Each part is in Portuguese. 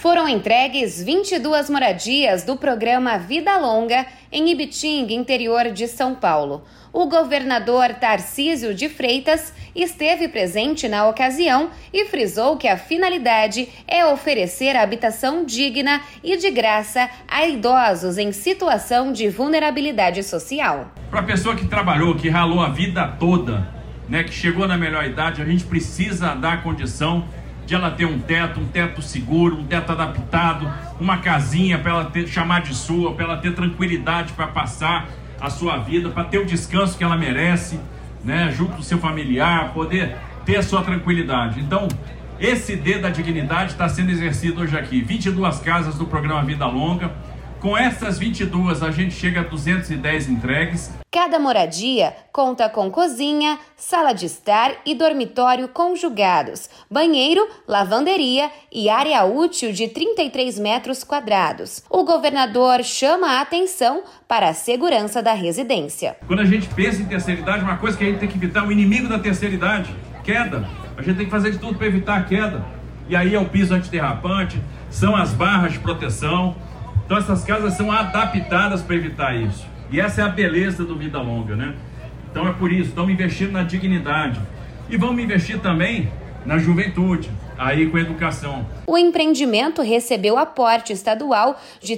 Foram entregues 22 moradias do programa Vida Longa em Ibitinga, interior de São Paulo. O governador Tarcísio de Freitas esteve presente na ocasião e frisou que a finalidade é oferecer habitação digna e de graça a idosos em situação de vulnerabilidade social. Para a pessoa que trabalhou, que ralou a vida toda, que chegou na melhor idade, a gente precisa dar a condição de ela ter um teto seguro, um teto adaptado, uma casinha para ela chamar de sua, para ela ter tranquilidade para passar a sua vida, para ter o descanso que ela merece, junto do seu familiar, poder ter a sua tranquilidade. Então, esse D da dignidade está sendo exercido hoje aqui. 22 casas do programa Vida Longa. Com essas 22, a gente chega a 210 entregues. Cada moradia conta com cozinha, sala de estar e dormitório conjugados, banheiro, lavanderia e área útil de 33 metros quadrados. O governador chama a atenção para a segurança da residência. Quando a gente pensa em terceira idade, uma coisa que a gente tem que evitar, o inimigo da terceira idade, queda. A gente tem que fazer de tudo para evitar a queda. E aí é o piso antiderrapante, são as barras de proteção. Então essas casas são adaptadas para evitar isso. E essa é a beleza do Vida Longa, Então é por isso, estamos investindo na dignidade. E vamos investir também na juventude, aí com a educação. O empreendimento recebeu aporte estadual de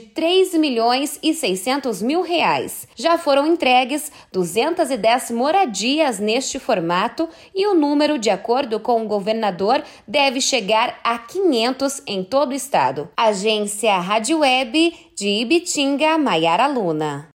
R$3.600.000. Já foram entregues 210 moradias neste formato e o número, de acordo com o governador, deve chegar a 500 em todo o estado. Agência Rádio Web de Ibitinga, Maiara Luna.